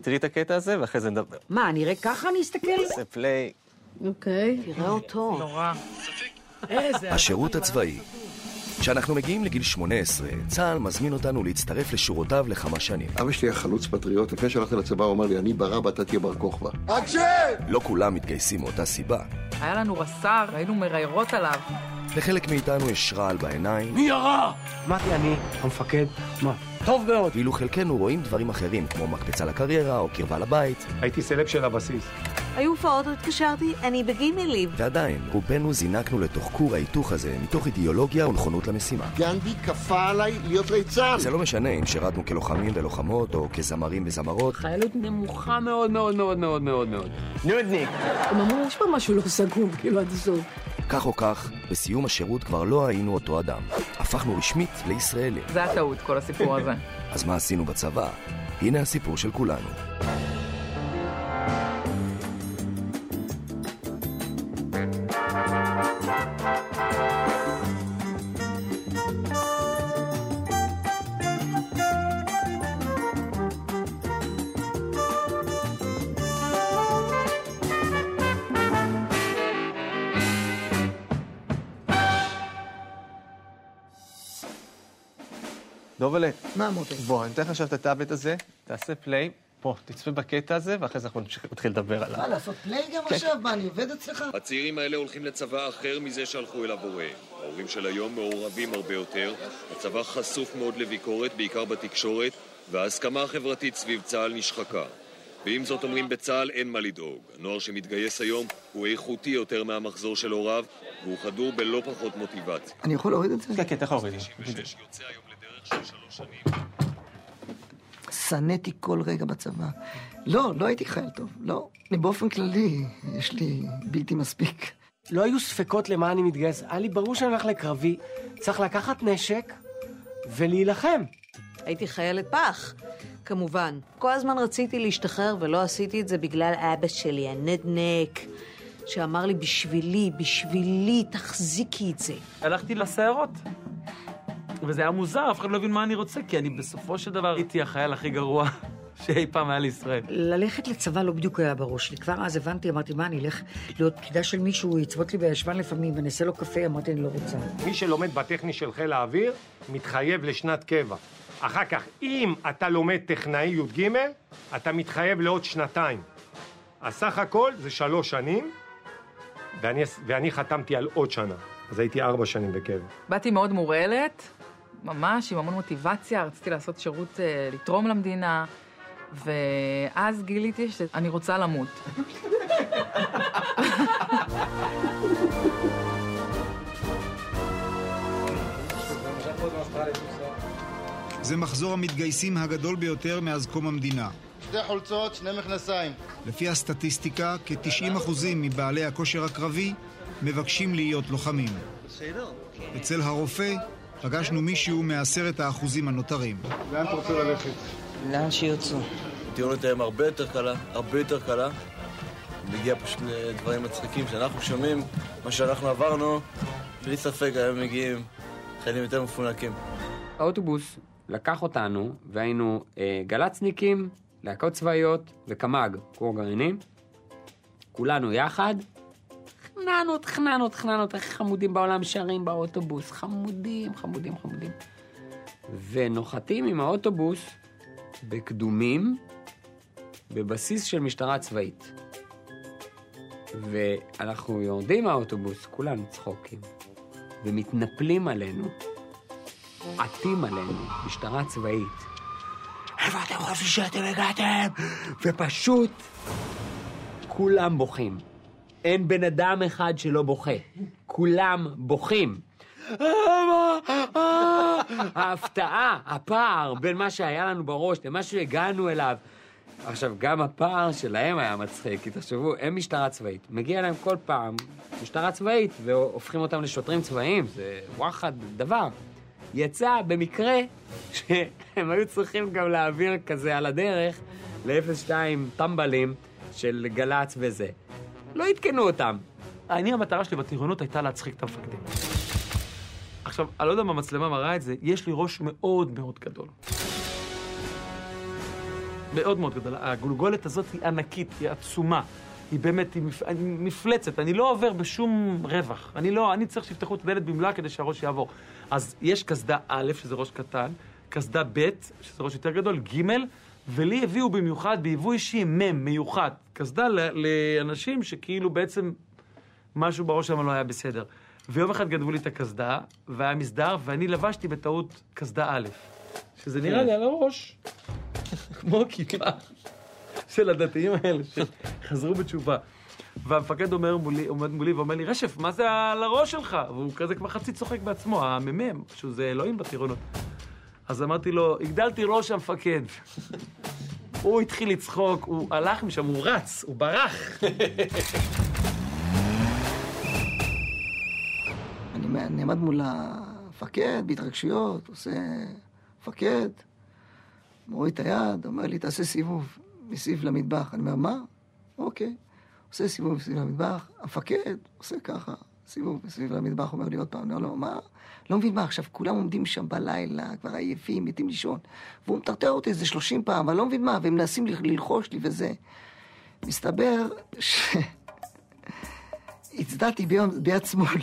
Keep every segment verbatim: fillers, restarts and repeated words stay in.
תראי את הקטע הזה ואחרי זה נדבר. מה, נראה ככה אני אסתכל? זה פליי. אוקיי. תראה אותו. נורא. השירות הצבאי. כשאנחנו מגיעים לגיל שמונה עשרה, צה"ל מזמין אותנו להצטרף לשורותיו לכמה שנים. אבא שלי היה חלוץ פטריוט, לפני שהלכתי לצבא הוא אמר לי, אני ברבא, אתה תהיה בר כוכבא. לא כולם מתגייסים מאותה סיבה. היה לנו רס"ר, היינו מראיירות עליו. לחלק מאיתנו יש רעל בעיניים. מי ירה? אמרתי אני, המפקד. מה? טוב מאוד. ואילו חלקנו רואים דברים אחרים, כמו מקפצה לקריירה או קרבה לבית. הייתי סלב של הבסיס. היו הופעות, התקשרתי, אני בגימלים. ועדיין, רובנו זינקנו לתוך כור ההיתוך הזה, מתוך אידיאולוגיה ונכונות למשימה. גנדי כפה עליי להיות ליצן. זה לא משנה אם שירתנו כלוחמים ולוחמות, או כזמרים וזמרות. חיילות נמוכה מאוד מאוד מאוד מאוד מאוד מאוד. נודניק. הם אמרו, יש פה משהו לא סגור, כאילו עד הסוף. כך או כך, בסיום השירות כבר לא היינו אותו אדם. הפכנו רשמית לישראלים. זה הטעות, כל הסיפור הזה. אז מה עשינו בצבא? הנה הסיפור של כולנו. דובלה. מה מוטו? בוא, אני אתן לך עכשיו את הטאבלט הזה, תעשה פליי, פה, תצפה בקטע הזה, ואחרי זה אנחנו נתחיל לדבר עליו. מה, לעשות פליי גם עכשיו? מה, אני עובד אצלך? הצעירים האלה הולכים לצבא אחר מזה שהלכו אל הבורא. ההורים של היום מעורבים הרבה יותר, הצבא חשוף מאוד לביקורת, בעיקר בתקשורת, וההסכמה החברתית סביב צה"ל נשחקה. ועם זאת אומרים בצה"ל אין מה לדאוג. הנוער שמתגייס היום הוא איכותי יותר מהמחזור של הוריו, והוא חדור בלא פחות מוטיבציה. אני יכול להוריד את זה? כן, כן, תכף להוריד. ושש יוצא היום לדרך של שלוש שנים. סניתי כל רגע בצבא. לא, לא הייתי חייל טוב, לא. אני באופן כללי, יש לי בלתי מספיק. לא היו ספקות למה אני מתגייס. היה לי ברור שאני הולך לקרבי, צריך לקחת נשק ולהילחם. הייתי חיילת פח, כמובן. כל הזמן רציתי להשתחרר ולא עשיתי את זה בגלל אבא שלי, הנדנק, שאמר לי בשבילי, בשבילי, תחזיקי את זה. הלכתי לסיירות, וזה היה מוזר, אף אחד לא הבין מה אני רוצה, כי אני בסופו של דבר הייתי החייל הכי גרוע שאי פעם היה לישראל. ללכת לצבא לא בדיוק היה בראש לי. כבר אז הבנתי, אמרתי, מה, אני אלך להיות פקידה של מישהו, יצוות לי בישבן לפעמים, ואני אעשה לו קפה, אמרתי, אני לא רוצה. מי שלומד בטכני של חיל האוויר, מתחייב לשנת קבע. אחר כך, אם אתה לומד טכנאי י' ג', אתה מתחייב לעוד שנתיים. הסך הכל זה שלוש שנים, ואני, ואני חתמתי על עוד שנה. אז הייתי ארבע שנים בקבע. באתי מאוד מורעלת, ממש, עם המון מוטיבציה, רציתי לעשות שירות, לתרום למדינה, ואז גיליתי שאני רוצה למות. זה מחזור המתגייסים הגדול ביותר מאז קום המדינה. שתי חולצות, שני מכנסיים. לפי הסטטיסטיקה, כ-תשעים אחוזים מבעלי הכושר הקרבי מבקשים להיות לוחמים. אצל הרופא פגשנו מישהו מעשרת האחוזים הנותרים. לאן אתה רוצה ללכת? לאן שיוצאו. טירונות היום הרבה יותר קלה, הרבה יותר קלה. מגיע פשוט לדברים מצחיקים שאנחנו שומעים, מה שאנחנו עברנו, בלי ספק היום מגיעים חיילים יותר מפונקים. האוטובוס לקח אותנו, והיינו אה, גלצניקים, להקות צבאיות וקמ"ג, קור גרעינים. כולנו יחד. תכננו, תכננו, תכננו, איך חמודים בעולם שרים באוטובוס. חמודים, חמודים, חמודים. ונוחתים עם האוטובוס בקדומים, בבסיס של משטרה צבאית. ואנחנו יורדים מהאוטובוס, כולנו צחוקים, ומתנפלים עלינו. עטים עלינו, משטרה צבאית. איפה אתם חושבים שאתם הגעתם? ופשוט כולם בוכים. אין בן אדם אחד שלא בוכה. כולם בוכים. ההפתעה, הפער בין מה שהיה לנו בראש למה שהגענו אליו. עכשיו, גם הפער שלהם היה מצחיק, כי תחשבו, הם משטרה צבאית. מגיע להם כל פעם משטרה צבאית, והופכים אותם לשוטרים צבאיים. זה וואחד דבר. יצא במקרה שהם היו צריכים גם להעביר כזה על הדרך ל-אפס שתיים טמבלים של גלץ וזה. לא התקנו אותם. אני, המטרה שלי בטירונות הייתה להצחיק את המפקדים. עכשיו, אני לא יודע מה המצלמה מראה את זה, יש לי ראש מאוד מאוד גדול. מאוד מאוד גדול. הגולגולת הזאת היא ענקית, היא עצומה. היא באמת, היא מפ... מפלצת. אני לא עובר בשום רווח. אני לא, אני צריך שיפתחו את הדלת במלאה כדי שהראש יעבור. אז יש כסדה א', שזה ראש קטן, כסדה ב', שזה ראש יותר גדול, ג', ולי הביאו במיוחד, ביבוא אישי מ' מיוחד. כסדה לאנשים שכאילו בעצם משהו בראש שלהם לא היה בסדר. ויום אחד גנבו לי את הכסדה, והיה מסדר, ואני לבשתי בטעות כסדה א', שזה נראה לי על הראש, כמו כיפה של הדתיים האלה שחזרו בתשובה. והמפקד אומר מולי, עומד מולי ואומר לי, רשף, מה זה על הראש שלך? והוא כזה כבר חצי צוחק בעצמו, הממם, שזה אלוהים בטירונות. אז אמרתי לו, הגדלתי ראש המפקד. הוא התחיל לצחוק, הוא הלך משם, הוא רץ, הוא ברח. אני נעמד מול המפקד בהתרגשויות, עושה מפקד, מוריד את היד, אומר לי, תעשה סיבוב מסביב למטבח. אני אומר, מה? אוקיי. עושה סיבוב מסביב למטבח, המפקד עושה ככה, סיבוב מסביב למטבח, אומר לי עוד פעם, אני אומר לו, מה? לא מבין מה, עכשיו כולם עומדים שם בלילה, כבר עייפים, מתים לישון, והוא מטרטר אותי איזה שלושים פעם, אבל לא מבין מה, והם מנסים ללחוש לי וזה. מסתבר ש... הצדעתי ביד שמאל,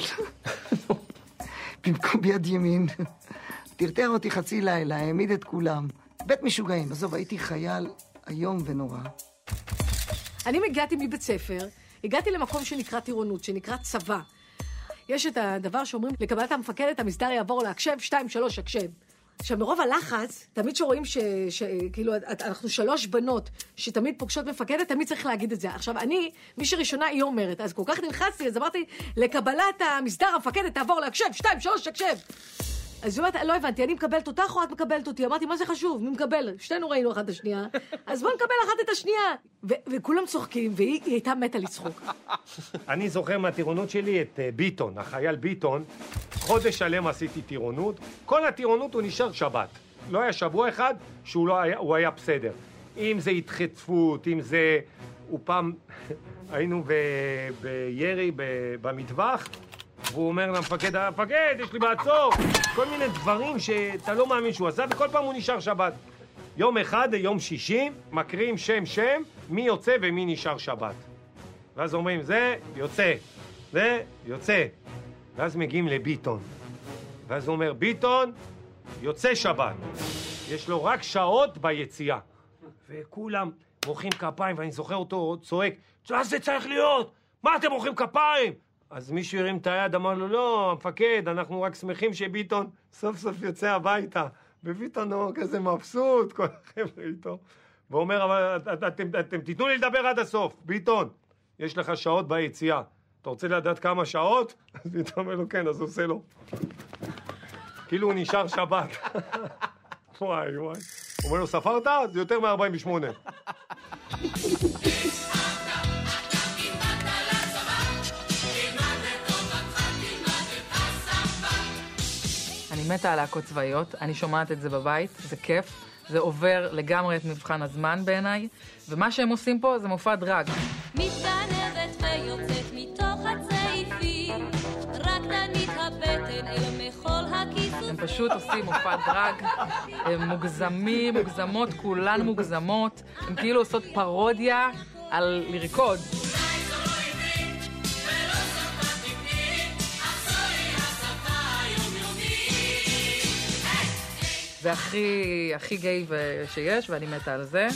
במקום ביד ימין. טרטר אותי חצי לילה, העמיד את כולם. בית משוגעים, עזוב, הייתי חייל היום ונורא. אני הגעתי מבית ספר, הגעתי למקום שנקרא טירונות, שנקרא צבא. יש את הדבר שאומרים, לקבלת המפקדת, המסדר יעבור להקשב, שתיים, שלוש, הקשב. עכשיו, מרוב הלחץ, תמיד שרואים ש... ש... כאילו, אנחנו שלוש בנות שתמיד פוגשות מפקדת, תמיד צריך להגיד את זה. עכשיו, אני, מי שראשונה היא אומרת, אז כל כך נלחצתי, אז אמרתי, לקבלת המסדר, המפקדת תעבור להקשב, שתיים, שלוש, הקשב. אז היא אומרת, לא הבנתי, אני מקבלת אותך או את מקבלת אותי? אמרתי, מה זה חשוב? מי מקבל? שתינו ראינו אחת את השנייה, אז בוא נקבל אחת את השנייה. ו- וכולם צוחקים, והיא הייתה מתה לצחוק. אני זוכר מהטירונות שלי את ביטון, החייל ביטון. חודש שלם עשיתי טירונות. כל הטירונות הוא נשאר שבת. לא היה שבוע אחד שהוא לא היה, הוא היה בסדר. אם זה התחצפות, אם זה... הוא פעם... היינו ב... בירי ב... במטווח, והוא אומר למפקד, המפקד, יש לי בעצור. כל מיני דברים שאתה לא מאמין שהוא עשה, וכל פעם הוא נשאר שבת. יום אחד, יום שישי, מקריאים שם שם, מי יוצא ומי נשאר שבת. ואז אומרים, זה יוצא, זה יוצא. ואז מגיעים לביטון. ואז הוא אומר, ביטון, יוצא שבת. יש לו רק שעות ביציאה. וכולם מוחאים כפיים, ואני זוכר אותו צועק, אז זה צריך להיות! מה אתם מוחאים כפיים? אז מישהו הרים את היד, אמר לו, לא, המפקד, אנחנו רק שמחים שביטון סוף סוף יוצא הביתה. וביטון הוא כזה מבסוט, כל החבר'ה איתו. והוא אומר, אבל את, אתם, אתם תיתנו לי לדבר עד הסוף. ביטון, יש לך שעות ביציאה. אתה רוצה לדעת כמה שעות? אז ביטון אומר לו, כן, אז עושה לו. כאילו הוא נשאר שבת. וואי, וואי. הוא אומר לו, ספרת? זה יותר מ-ארבעים ושמונה. אני מתה על להקות צבאיות, אני שומעת את זה בבית, זה כיף, זה עובר לגמרי את מבחן הזמן בעיניי, ומה שהם עושים פה זה מופע דרג. מתגנבת ויוצאת מתוך הצעיפים, רק דנית הבטן אל מחול הכיסופים. הם פשוט עושים מופע דרג, הם מוגזמים, מוגזמות, כולן מוגזמות, הם כאילו עושות פרודיה על לרקוד. זה הכי, הכי גיי שיש, ואני מתה על זה.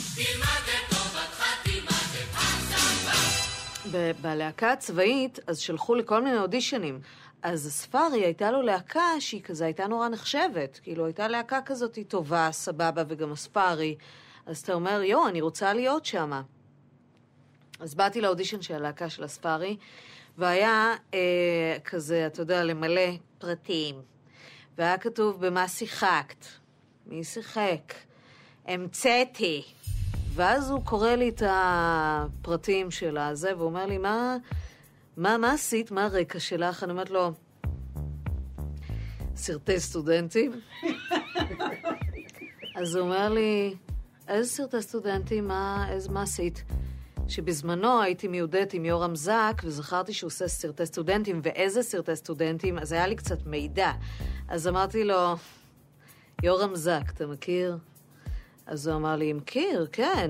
בלהקה הצבאית, אז שלחו לכל מיני אודישנים. אז הספארי הייתה לו להקה שהיא כזה הייתה נורא נחשבת. כאילו, הייתה להקה כזאת טובה, סבבה, וגם הספארי. אז אתה אומר, יו, אני רוצה להיות שמה. אז באתי לאודישן של הלהקה של הספארי, והיה אה, כזה, אתה יודע, למלא פרטים. והיה כתוב במה שיחקת. מי שיחק? המצאתי. ואז הוא קורא לי את הפרטים של הזה, והוא אומר לי, מה, מה, מה עשית? מה הרקע שלך? אני אומרת לו, סרטי סטודנטים. אז הוא אומר לי, איזה סרטי סטודנטים? מה, איזה, מה עשית? שבזמנו הייתי מיודדת עם יורם זק, וזכרתי שהוא עושה סרטי סטודנטים, ואיזה סרטי סטודנטים, אז היה לי קצת מידע. אז אמרתי לו, יורם זק, אתה מכיר? אז הוא אמר לי, עם קיר, כן.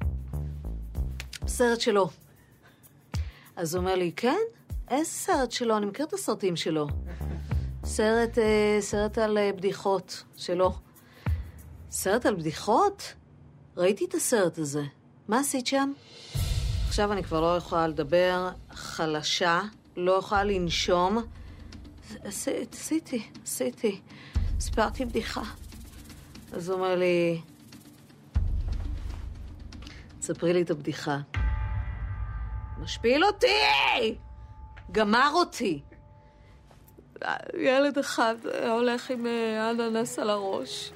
סרט שלו. אז הוא אומר לי, כן? איזה סרט שלו? אני מכיר את הסרטים שלו. סרט, אה, סרט על אה, בדיחות שלו. סרט על בדיחות? ראיתי את הסרט הזה. מה עשית שם? עכשיו אני כבר לא יכולה לדבר, חלשה, לא יכולה לנשום. עשיתי, עשיתי. ספרתי בדיחה. אז הוא אומר לי, תספרי לי את הבדיחה. משפיל אותי! גמר אותי. ילד אחד הולך עם אננס על הראש.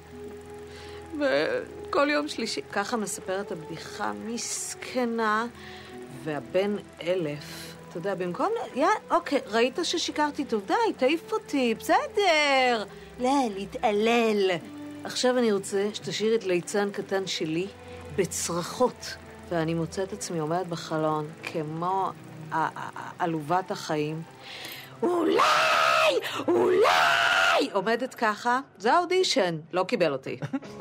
וכל יום שלישי, ככה מספרת הבדיחה, מסכנה, והבן אלף, אתה יודע, במקום, יא, אוקיי, ראית ששיקרתי טוב, די, תעיף אותי, בסדר. לא, להתעלל. עכשיו אני רוצה שתשאיר את ליצן קטן שלי בצרחות, ואני מוצאת עצמי עומדת בחלון, כמו עלובת החיים. אולי, אולי! עומדת ככה, זה האודישן, לא קיבל אותי.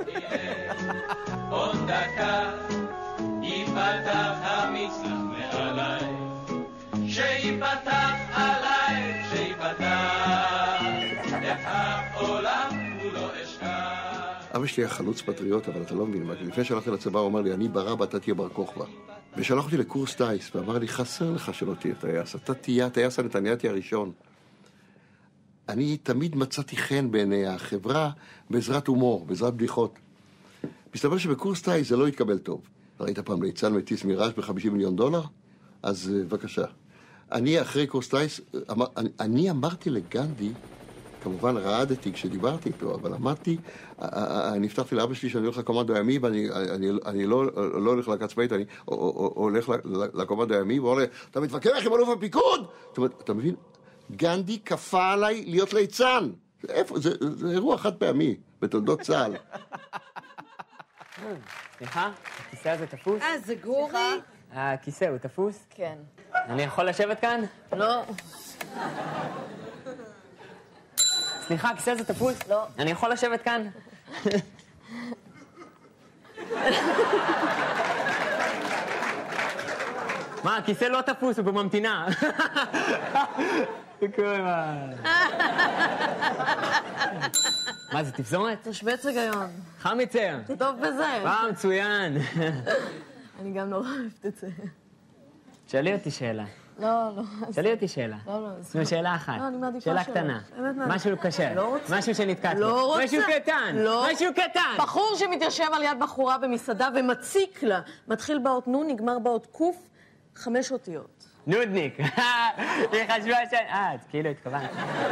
עוד דקה ייפתח המצלח מעליי, שיפתח עליי, שיפתח את העולם כולו אשכח. אבא שלי היה חלוץ פטריוט, אבל אתה לא מבין מה, כי לפני שהלכתי לצבא הוא אמר לי, אני ברב, אתה תהיה בר כוכבא. ושלח אותי לקורס טייס, ואמר לי, חסר לך שלא תהיה טייס, אתה תהיה הטייס הנתניאתי הראשון. אני תמיד מצאתי חן בעיני החברה בעזרת הומור, בעזרת בדיחות. מסתבר שבקורס טייס זה לא יתקבל טוב. ראית פעם ליצן מטיס מיראז' ב-חמישים מיליון דולר? אז בבקשה. אני אחרי קורס טייס, אמר, אני, אני אמרתי לגנדי, כמובן רעדתי כשדיברתי איתו, אבל אמרתי, אני הבטחתי לאבא שלי שאני הולך לקומנדו הימי, ואני אני, אני לא, לא הולך להקה צבאית, אני הולך לקומנדו הימי, והוא אומר, אתה מתווכח עם אלוף הפיקוד? זאת אומרת, אתה מבין? גנדי כפה עליי להיות ליצן. איפה? זה, זה אירוע חד פעמי, בתולדות צה"ל. סליחה, הכיסא הזה תפוס? אה, זה גורי? הכיסא הוא תפוס? כן. אני יכול לשבת כאן? לא. סליחה, הכיסא הזה תפוס? לא. אני יכול לשבת כאן? מה, הכיסא לא תפוס, הוא בממתינה. מה, זה תפזורת? תשבץ היגיון. חמיצר. טוב בזה. וואו, מצוין. אני גם נורא אוהבת את זה. שאלי אותי שאלה. לא, לא. שאלי אותי שאלה. לא, לא. נו, שאלה אחת. לא, אני מעדיפה שאלה שאלה. קטנה. באמת מעדיפה. משהו קשה. לא רוצה. משהו שנתקעת. לא רוצה. משהו קטן. לא. משהו קטן. בחור שמתיישב על יד בחורה במסעדה ומציק לה. מתחיל באות נו, נגמר באות קוף, חמש אותיות. נודניק. היא חשבה ש... אה, כאילו התכוונת.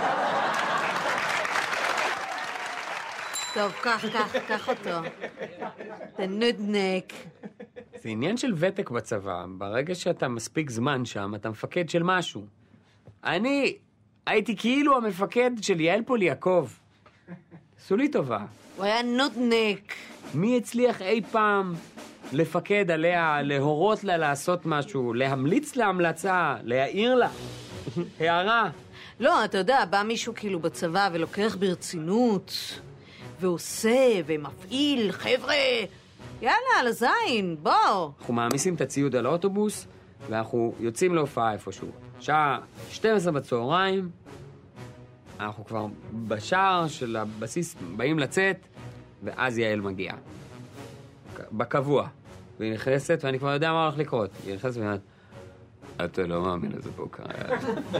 טוב, קח, קח, קח אותו. זה נודניק. זה עניין של ותק בצבא. ברגע שאתה מספיק זמן שם, אתה מפקד של משהו. אני הייתי כאילו המפקד של יעל פול יעקב. עשו לי טובה. הוא היה נודניק. מי הצליח אי פעם לפקד עליה, להורות לה לעשות משהו, להמליץ לה המלצה, להעיר לה? הערה. לא, אתה יודע, בא מישהו כאילו בצבא ולוקח ברצינות, ועושה ומפעיל, חבר'ה, יאללה, על הזין, בוא. אנחנו מעמיסים את הציוד על האוטובוס, ואנחנו יוצאים להופעה איפשהו. שעה שתים עשרה בצהריים, אנחנו כבר בשער של הבסיס באים לצאת, ואז יעל מגיעה. בקבוע. והיא נכנסת, ואני כבר יודע מה הולך לקרות. היא נכנסת ואומרת, אתה לא מאמין לזה פה קרה.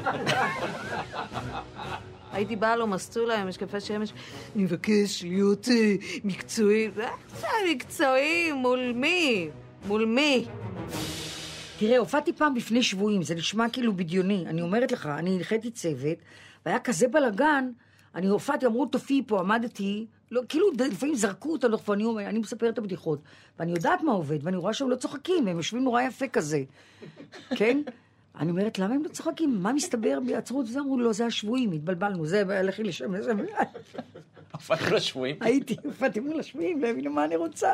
הייתי באה לו מסטולה עם משקפי שמש, אני מבקש להיות מקצועי. זה מקצועי, מול מי? מול מי? תראה, הופעתי פעם בפני שבועים, זה נשמע כאילו בדיוני. אני אומרת לך, אני הלכתי צוות, והיה כזה בלגן, אני הופעתי, אמרו, תופיעי פה, עמדתי, לא, כאילו לפעמים זרקו אותנו, ואני אומר, אני מספר את הבדיחות, ואני יודעת מה עובד, ואני רואה שהם לא צוחקים, הם יושבים נורא יפה כזה, כן? אני אומרת, למה הם לא צוחקים? מה מסתבר? עצרו את זה, אמרו, לא, זה השבועים, התבלבלנו, זה, הלכי לשם, לשם. הופעתי לשבועים? הייתי, הופעתי מול השבועים, והבינו מה אני רוצה.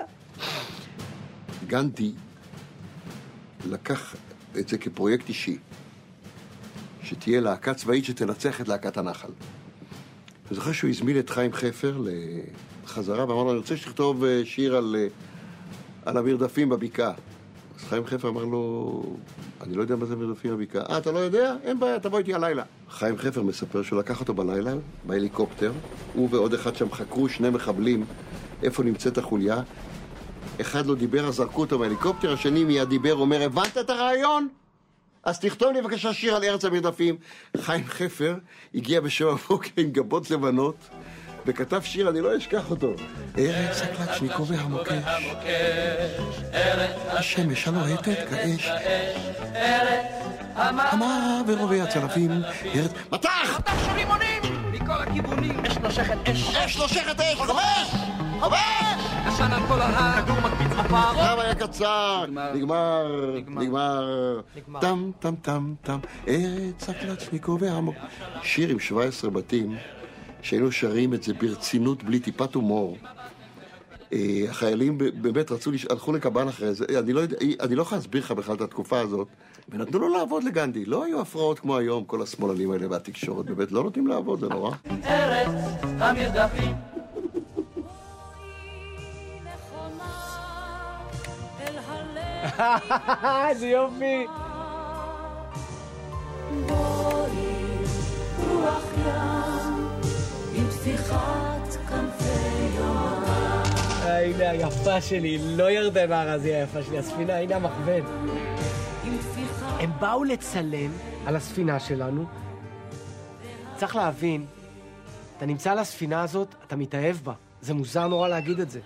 גנדי לקח את זה כפרויקט אישי, שתהיה להקה צבאית שתנצח את להקת הנחל. אני זוכר שהוא הזמין את חיים חפר חזרה ואמר לו, אני רוצה שתכתוב שיר על, על המרדפים בבקעה. אז חיים חפר אמר לו, אני לא יודע מה זה מרדפים בבקעה. אה, אתה לא יודע? אין בעיה, תבוא איתי הלילה. חיים חפר מספר שהוא לקח אותו בלילה, בהליקופטר, הוא ועוד אחד שם חקרו שני מחבלים, איפה נמצאת החוליה. אחד לא דיבר, אז זרקו אותו מההליקופטר, השני מיד דיבר, אומר, הבנת את הרעיון? אז תכתוב לי בבקשה שיר על ארץ המרדפים. חיים חפר הגיע בשבע בוקר עם גבות לבנות, וכתב שיר, אני לא אשכח אותו. ארץ הקלצ'ניקוב והמוקש, השמש הלוהטת כאש, המרה ורובי הצלפים, ארץ... מתח! מתח של רימונים! מכל הכיוונים! אש נושכת אש! אש נושכת אש! חובש! חובש! עשן על כל ההר! כדור מקפיץ עפר! עכשיו היה קצר! נגמר! נגמר! טם טם טם טם ארץ הקלצ'ניקוב והמוקש. שיר עם שבע עשרה בתים שהיינו שרים את זה ברצינות בלי טיפת הומור. החיילים באמת רצו, הלכו לקבל אחרי זה, אני לא, אני לא יכול להסביר לך בכלל את התקופה הזאת, ונתנו לו לעבוד לגנדי. לא היו הפרעות כמו היום, כל השמאלנים האלה והתקשורת, באמת לא נותנים לעבוד, זה נורא. ארץ המרדפים איזה יופי! בואי רוח ים עם פתיחת כנפי יונה. הנה היפה שלי, לא ירדן הארזי היפה שלי, הספינה, הנה המכוון. הם באו לצלם על הספינה שלנו. צריך להבין, אתה נמצא על הספינה הזאת, אתה מתאהב בה. זה מוזר נורא להגיד את זה.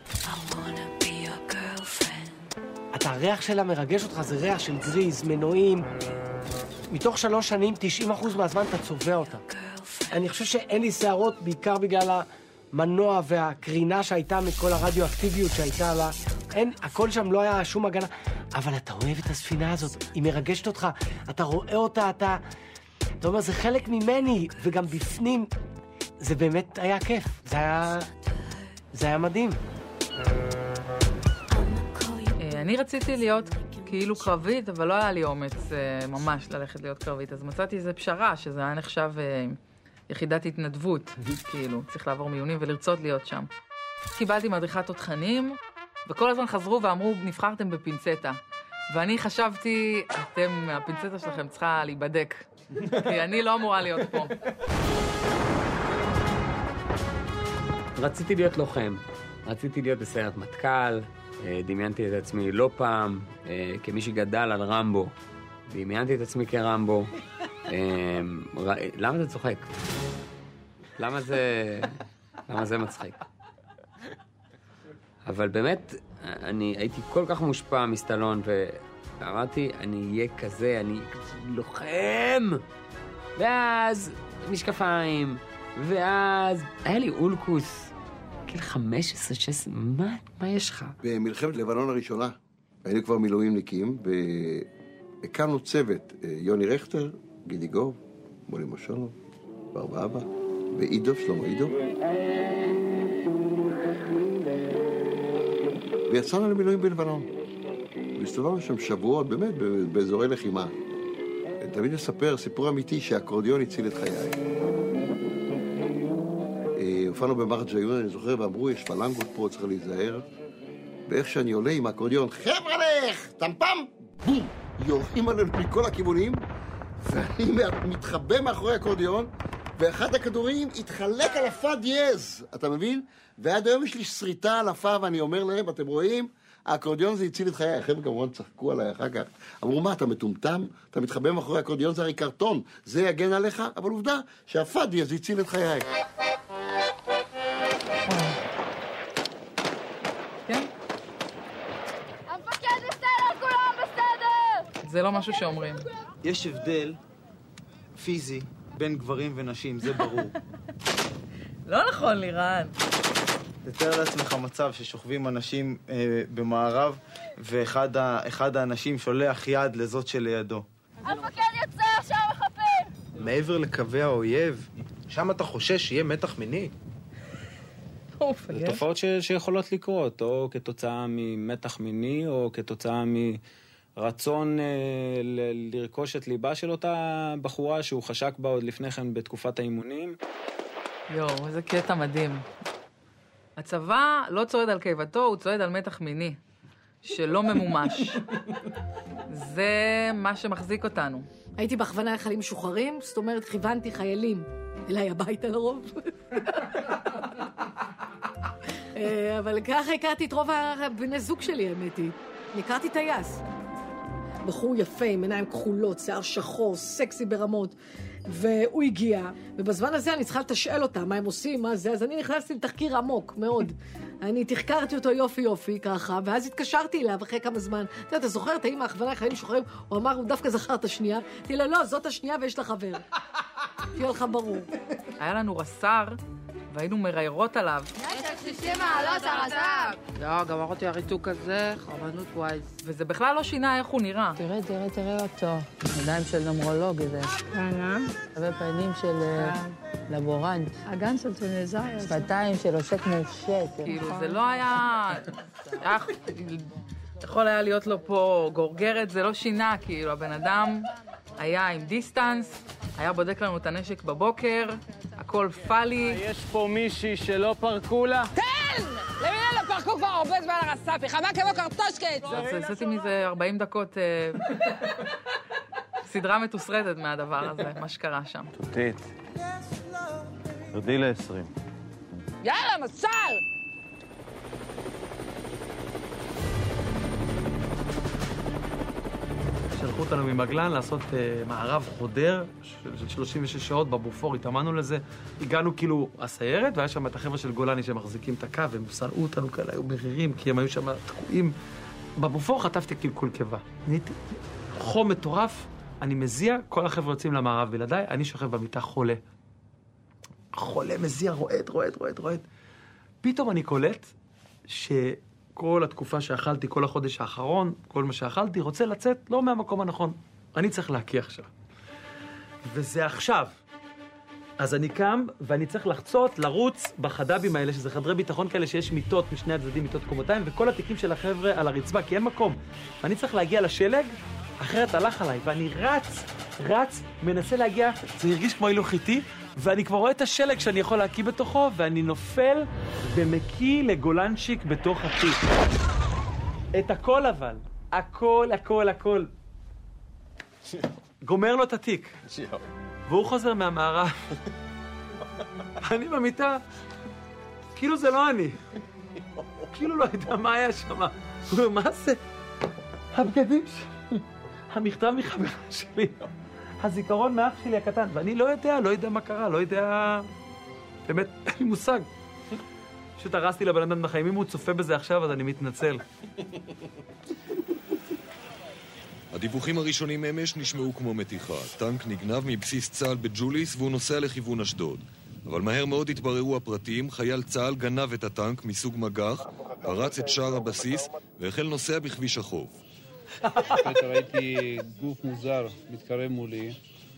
אתה, הריח שלה מרגש אותך, זה ריח של גריז, מנועים. מתוך שלוש שנים, תשעים אחוז מהזמן אתה צובע אותה. אני חושב שאין לי שערות, בעיקר בגלל המנוע והקרינה שהייתה מכל הרדיואקטיביות שהייתה לה. אין, הכל שם לא היה שום הגנה. אבל אתה אוהב את הספינה הזאת, היא מרגשת אותך, אתה רואה אותה, אתה... אתה אומר, זה חלק ממני, וגם בפנים, זה באמת היה כיף. זה היה... זה היה מדהים. אני רציתי להיות כאילו קרבית, אבל לא היה לי אומץ ממש ללכת להיות קרבית. אז מצאתי איזו פשרה, שזה היה נחשב יחידת התנדבות, כאילו, צריך לעבור מיונים ולרצות להיות שם. קיבלתי מדריכת תותחנים, וכל הזמן חזרו ואמרו, נבחרתם בפינצטה. ואני חשבתי, אתם, הפינצטה שלכם צריכה להיבדק, כי אני לא אמורה להיות פה. רציתי להיות לוחם, רציתי להיות בסיירת מטכ"ל, דמיינתי את עצמי לא פעם, כמי שגדל על רמבו, דמיינתי את עצמי כרמבו. למה אתה צוחק? למה זה... למה זה מצחיק? אבל באמת, אני הייתי כל כך מושפע מסטלון, ואמרתי, אני אהיה כזה, אני לוחם! ואז משקפיים, ואז היה לי אולקוס. גיל חמש עשרה, שש עשרה, מה, מה יש לך? במלחמת לבנון הראשונה, היינו כבר מילואימניקים, והקמנו צוות, יוני רכטר, גידי גוב, מולי מושונוב, בר אבא, ועידו, שלמה עידו. ויצאנו למילואים בלבנון. והסתובבנו שם שבועות, באמת, באזורי לחימה. תמיד נספר סיפור אמיתי שהאקורדיון הציל את חיי. הופענו במרג'יון, אני זוכר, ואמרו, יש פלנגות פה, צריך להיזהר. ואיך שאני עולה עם האקורדיון, חבר'ה לך, טמפם, בום, יורחים עלינו מכל הכיוונים, ואני מתחבא מאחורי האקורדיון, ואחד הכדורים התחלק על הפה דיאז, אתה מבין? ועד היום יש לי שריטה על הפה, ואני אומר להם, אתם רואים? האקורדיון זה הציל את חיי. החבר'ה כמובן צחקו עליי אחר כך. אמרו, מה, אתה מטומטם? אתה מתחבא מאחורי האקורדיון, זה הרי קרטון, זה יגן עליך? אבל עובדה שהפה דיאז הציל את חיי. זה לא משהו שאומרים. יש הבדל פיזי בין גברים ונשים, זה ברור. לא נכון, לירן. תתאר לעצמך מצב ששוכבים אנשים אה, במערב, ואחד ה, אחד האנשים שולח יד לזאת שלידו. המפקד יצא, עכשיו מחפש! מעבר לקווי האויב, שם אתה חושש שיהיה מתח מיני? זה תופעות ש, שיכולות לקרות, או כתוצאה ממתח מיני, או כתוצאה מרצון אה, ל- לרכוש את ליבה של אותה בחורה שהוא חשק בה עוד לפני כן בתקופת האימונים. יואו, איזה קטע מדהים. הצבא לא צועד על קיבתו, הוא צועד על מתח מיני, שלא ממומש. זה מה שמחזיק אותנו. הייתי בהכוונה לחיילים משוחררים, זאת אומרת, כיוונתי חיילים אליי הביתה לרוב. אבל ככה הכרתי את רוב הבני זוג שלי, האמת היא. אני הכרתי טייס. בחור יפה, עם עיניים כחולות, שיער שחור, סקסי ברמות. והוא הגיע, ובזמן הזה אני צריכה לתשאל אותם, מה הם עושים, מה זה, אז אני נכנסתי לתחקיר עמוק מאוד. אני תחקרתי אותו יופי יופי ככה, ואז התקשרתי אליו אחרי כמה זמן. אתה יודע, אתה זוכר את האמא, הכוונה לחיילים משוחררים, הוא אמר, הוא דווקא זכר את השנייה. תראי לו, לא, זאת השנייה ויש לה חבר. תהיה לך ברור. היה לנו רס"ר, והיינו מריירות עליו. שישים מעלות הרס"ר. לא, גם אמרתי הריתוק הזה, חרמנות וייז. וזה בכלל לא שינה איך הוא נראה. תראה, תראה, תראה אותו. ידיים של נומרולוג איזה. כן, הרבה פנים של לבורנט. הגן של טוניסאי. שפתיים של עושק מופשט. כאילו, זה לא היה... יכול היה להיות לו פה גורגרת, זה לא שינה, כאילו, הבן אדם היה עם דיסטנס, היה בודק לנו את הנשק בבוקר, הכל פאלי. יש פה מישהי שלא פרקו לה? תן! למינה לא פרקו כבר הרבה זמן הרס"פי, חמה כמו קרטושקט! אז עשיתי מזה ארבעים דקות סדרה מתוסרטת מהדבר הזה, מה שקרה שם. תותית, תרדי ל-עשרים. יאללה, מסל! שלחו אותנו ממגלן לעשות uh, מערב חודר של, של שלושים ושש שעות בבופור, התאמנו לזה. הגענו כאילו הסיירת, והיה שם את החבר'ה של גולני שמחזיקים את הקו, והם סנעו אותנו כאלה, היו מרירים, כי הם היו שם תקועים. בבופור חטפתי קלקול קיבה. נהייתי חום מטורף, אני מזיע, כל החבר'ה יוצאים למערב בלעדיי, אני שוכב במיטה חולה. חולה, מזיע, רועד, רועד, רועד, רועד. פתאום אני קולט ש... כל התקופה שאכלתי, כל החודש האחרון, כל מה שאכלתי, רוצה לצאת לא מהמקום הנכון. אני צריך להקיא עכשיו. וזה עכשיו. אז אני קם, ואני צריך לחצות, לרוץ בחדבים האלה, שזה חדרי ביטחון כאלה שיש מיטות משני הצדדים, מיטות קומותיים, וכל התיקים של החבר'ה על הרצפה, כי אין מקום. ואני צריך להגיע לשלג, אחרת הלך עליי, ואני רץ, רץ, מנסה להגיע, זה הרגיש כמו הילוך איתי, ואני כבר רואה את השלג שאני יכול להקיא בתוכו, ואני נופל ומקיא לגולנצ'יק בתוך התיק. את הכל אבל. הכל, הכל, הכל. גומר לו את התיק. והוא חוזר מהמערב. אני במיטה, כאילו זה לא אני. כאילו לא יודע מה היה שם. הוא אומר, מה זה? הבגדים שלי. המכתב מחברה שלי. הזיכרון מאח שלי הקטן, ואני לא יודע, לא יודע מה קרה, לא יודע... באמת, אין לי מושג. פשוט הרסתי לבן אדם בחיים, אם הוא צופה בזה עכשיו, אז אני מתנצל. הדיווחים הראשונים אמש נשמעו כמו מתיחה. טנק נגנב מבסיס צה"ל בג'וליס והוא נוסע לכיוון אשדוד. אבל מהר מאוד התבררו הפרטים, חייל צה"ל גנב את הטנק מסוג מגח, פרץ את שער הבסיס והחל נוסע בכביש החוף. ראיתי גוף מוזר מתקרב מולי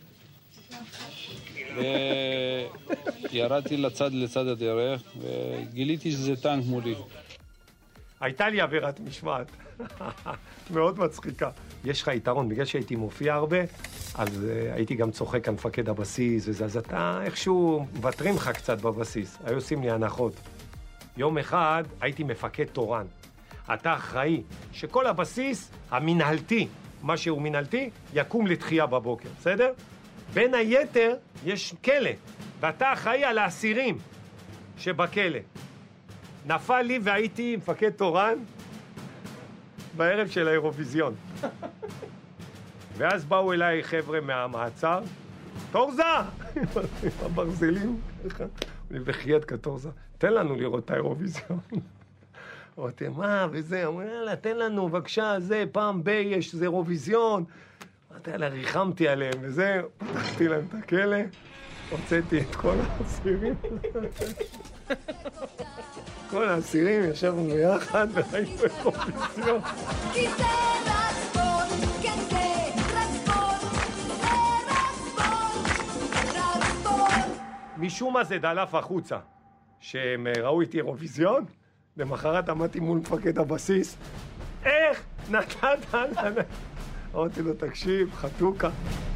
וירדתי לצד לצד הדרך וגיליתי שזה טנק מולי. הייתה לי עבירת משמעת, מאוד מצחיקה. יש לך יתרון, בגלל שהייתי מופיע הרבה, אז uh, הייתי גם צוחק על מפקד הבסיס וזה, אז אתה איכשהו מוותרים לך קצת בבסיס, היו עושים לי הנחות. יום אחד הייתי מפקד תורן. אתה אחראי שכל הבסיס המנהלתי, מה שהוא מנהלתי, יקום לתחייה בבוקר, בסדר? בין היתר יש כלא, ואתה אחראי על האסירים שבכלא. נפל לי והייתי מפקד תורן בערב של האירוויזיון. ואז באו אליי חבר'ה מהמעצר, תורזה! הברזלים, אני בחייאת כתורזה, תן לנו לראות את האירוויזיון. אמרתי, מה, וזה, אמרו, יאללה, תן לנו, בבקשה, זה, פעם בי, יש איזה אירוויזיון. אמרתי, יאללה, ריחמתי עליהם, וזה, פתחתי להם את הכלא, הוצאתי את כל האסירים. כל האסירים ישבנו ביחד וראינו אירוויזיון. כי זה רצפון, כן זה רצפון, זה רצפון, רצפון. משום מה זה דלף החוצה, שהם ראו איתי אירוויזיון, למחרת עמדתי מול מפקד הבסיס, איך נתת לנו? אמרתי לו, תקשיב, חתוקה.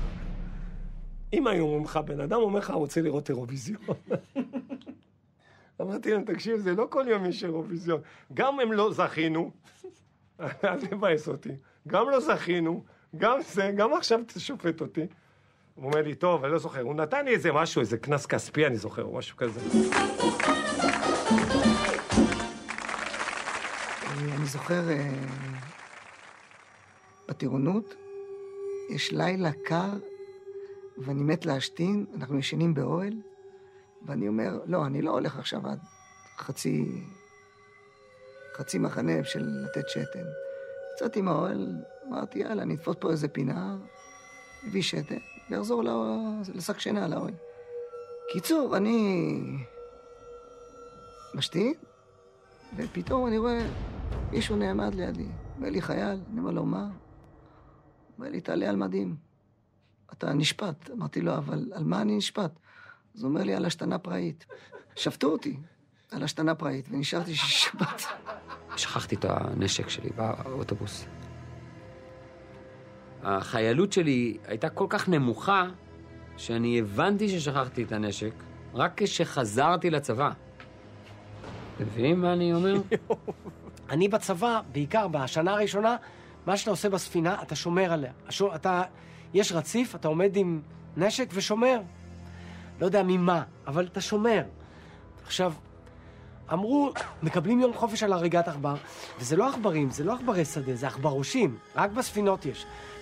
אם היו אומרים לך, בן אדם אומר לך, רוצה לראות אירוויזיון. אמרתי להם, תקשיב, זה לא כל יום יש אירוויזיון. גם הם לא זכינו, אז מבאס אותי, גם לא זכינו, גם זה, גם עכשיו תשופט אותי. הוא אומר לי, טוב, אני לא זוכר, הוא נתן לי איזה משהו, איזה כנס כספי, אני זוכר, או משהו כזה. אני זוכר, בטירונות, יש לילה קר, ואני מת להשתין, אנחנו ישנים באוהל, ואני אומר, לא, אני לא הולך עכשיו עד חצי, חצי מחנה של לתת שתן. יצאתי מהאוהל, אמרתי, יאללה, נתפוס פה איזה פינה, הביא שתן, ויחזור לשק שינה, לאוהל. קיצור, אני משתין, ופתאום אני רואה מישהו נעמד לידי. אומר לי חייל, אני אומר לו, מה? אומר לי, תעלה על מדים. אתה נשפט. אמרתי לו, אבל על מה אני נשפט? אז הוא אומר לי, על השתנה פראית. שפטו אותי על השתנה פראית, ונשארתי שבת. שכחתי את הנשק שלי באוטובוס. החיילות שלי הייתה כל כך נמוכה, שאני הבנתי ששכחתי את הנשק, רק כשחזרתי לצבא. מבינים מה אני אומר? אני בצבא, בעיקר בשנה הראשונה, מה שאתה עושה בספינה, אתה שומר עליה. אתה, יש רציף, אתה עומד עם נשק ושומר. לא יודע ממה, אבל אתה שומר. עכשיו, אמרו, מקבלים יום חופש על הריגת עכבר, וזה לא עכברים, זה לא עכברי שדה, זה עכברושים. רק בספינות יש.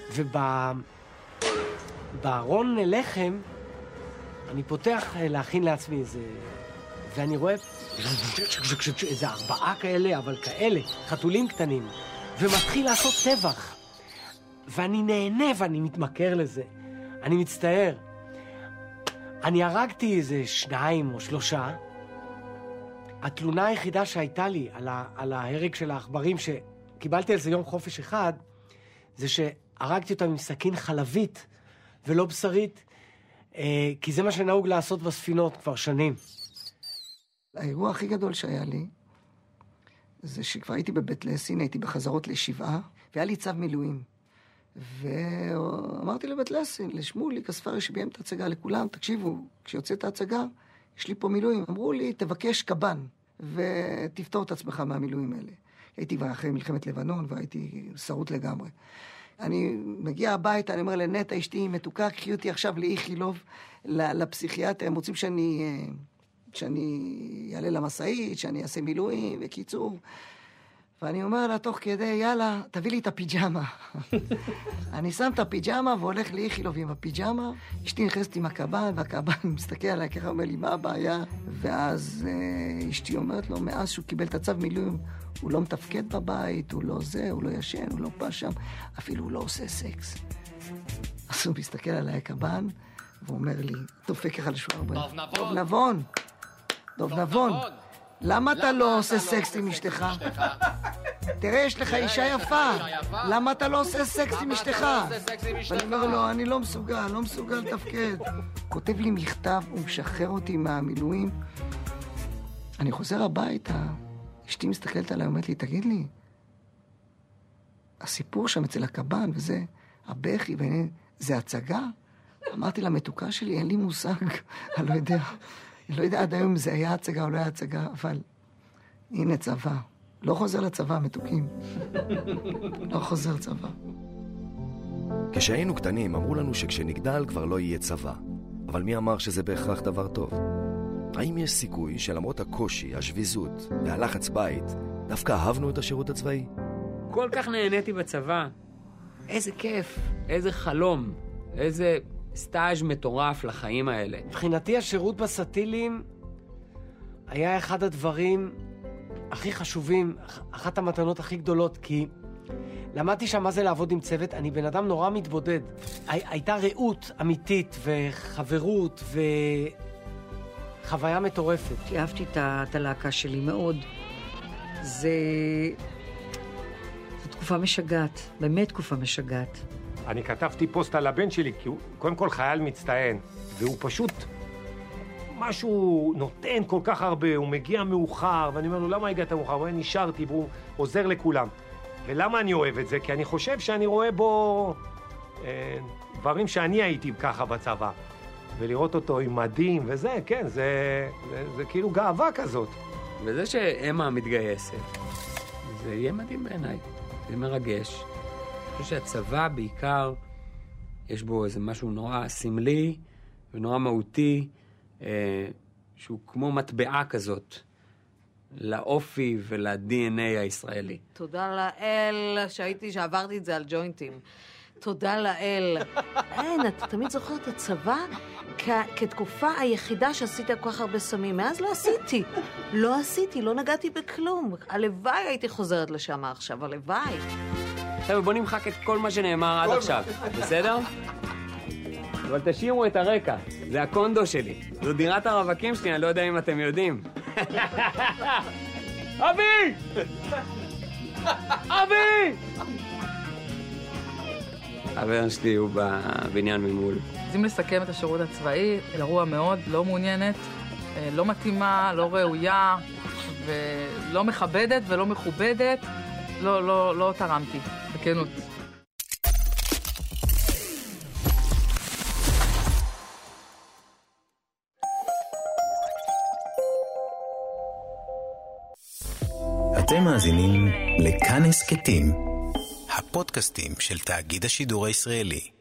ובארון לחם, אני פותח להכין לעצמי איזה... ואני רואה איזה ארבעה כאלה, אבל כאלה, חתולים קטנים, ומתחיל לעשות טבח. ואני נהנה ואני מתמכר לזה. אני מצטער. אני הרגתי איזה שניים או שלושה. התלונה היחידה שהייתה לי על, ה- על ההרג של העכברים, שקיבלתי על זה יום חופש אחד, זה שהרגתי אותם עם סכין חלבית ולא בשרית, אה, כי זה מה שנהוג לעשות בספינות כבר שנים. האירוע הכי גדול שהיה לי, זה שכבר הייתי בבית לסין, הייתי בחזרות לשבעה, והיה לי צו מילואים. ואמרתי לבית לסין, לשמולי, כספרי שביים את ההצגה לכולם, תקשיבו, כשיוצאת ההצגה, יש לי פה מילואים. אמרו לי, תבקש קבן, ותפתור את עצמך מהמילואים האלה. הייתי כבר אחרי מלחמת לבנון, והייתי שרוט לגמרי. אני מגיע הביתה, אני אומר לנטה, אשתי מתוקה, קחי אותי עכשיו לאיכילוב, לפסיכיאטר, הם רוצים שאני... שאני אעלה למסעית, שאני אעשה מילואים, וקיצור. ואני אומר לה, תוך כדי, יאללה, תביא לי את הפיג'מה. אני שם את הפיג'מה והולך לאיכילוב עם הפיג'מה. אשתי נכנסת עם הקב"ן, והקב"ן מסתכל עליי ככה, אומר לי, מה הבעיה? ואז אה, אשתי אומרת לו, מאז שהוא קיבל את הצו מילואים, הוא לא מתפקד בבית, הוא לא זה, הוא לא ישן, הוא לא פה שם, אפילו הוא לא עושה סקס. אז הוא מסתכל עליי הקב"ן, והוא אומר לי, דופק לך לשוער בית. דוב נבון. דוב נבון. למה אתה לא עושה סקס עם אשתך? תראה, יש לך אישה יפה. למה אתה לא עושה סקס עם אשתך? ואני אומר לו, אני לא מסוגל, לא מסוגל לתפקד. כותב לי מכתב, הוא משחרר אותי מהמילואים. אני חוזר הביתה, אשתי מסתכלת עליי, אומרת לי, תגיד לי, הסיפור שם אצל הקב"ן וזה, הבכי, זה הצגה? אמרתי לה, מתוקה שלי, אין לי מושג, אני לא יודע. אני לא יודע עד היום אם זה היה הצגה או לא היה הצגה, אבל הנה צבא. לא חוזר לצבא, מתוקים. לא חוזר לצבא. כשהיינו קטנים, אמרו לנו שכשנגדל כבר לא יהיה צבא. אבל מי אמר שזה בהכרח דבר טוב? האם יש סיכוי שלמרות הקושי, השביזות והלחץ בית, דווקא אהבנו את השירות הצבאי? כל כך נהניתי בצבא. איזה כיף, איזה חלום, איזה... סטאז' מטורף לחיים האלה. מבחינתי השירות בסטילים היה אחד הדברים הכי חשובים, אחת המתנות הכי גדולות, כי למדתי שם מה זה לעבוד עם צוות. אני בן אדם נורא מתבודד. הייתה רעות אמיתית וחברות וחוויה מטורפת. אהבתי את הלהקה שלי מאוד. זה... זו תקופה משגעת, באמת תקופה משגעת. אני כתבתי פוסט על הבן שלי, כי הוא קודם כל חייל מצטיין, והוא פשוט משהו נותן כל כך הרבה, הוא מגיע מאוחר, ואני אומר לו, למה הגעת מאוחר? הוא אומר, נשארתי, והוא עוזר לכולם. ולמה אני אוהב את זה? כי אני חושב שאני רואה בו אה, דברים שאני הייתי ככה בצבא. ולראות אותו עם מדים וזה, כן, זה, זה, זה כאילו גאווה כזאת. וזה שאמה מתגייסת, זה יהיה מדהים בעיניי, זה מרגש. אני חושב שהצבא בעיקר, יש בו איזה משהו נורא סמלי ונורא מהותי, אה, שהוא כמו מטבעה כזאת, לאופי ול-די אן איי הישראלי. תודה לאל שהייתי, שעברתי את זה על ג'וינטים. תודה לאל. אין, אתה תמיד זוכר את הצבא כ- כתקופה היחידה שעשית כל כך הרבה סמים. מאז לא עשיתי. לא עשיתי, לא נגעתי בכלום. הלוואי הייתי חוזרת לשם עכשיו, הלוואי. עכשיו בוא נמחק את כל מה שנאמר עד עכשיו, בסדר? אבל תשאירו את הרקע, זה הקונדו שלי. זו דירת הרווקים שלי, אני לא יודע אם אתם יודעים. אבי! אבי! החבר שלי הוא בבניין ממול. אז אם לסכם את השירות הצבאי, גרוע מאוד, לא מעוניינת, לא מתאימה, לא ראויה, ולא מכבדת ולא מכובדת, לא, לא, לא תרמתי, בכנות. אתם מאזינים לכאן הסכתים, הפודקאסטים של תאגיד השידור הישראלי.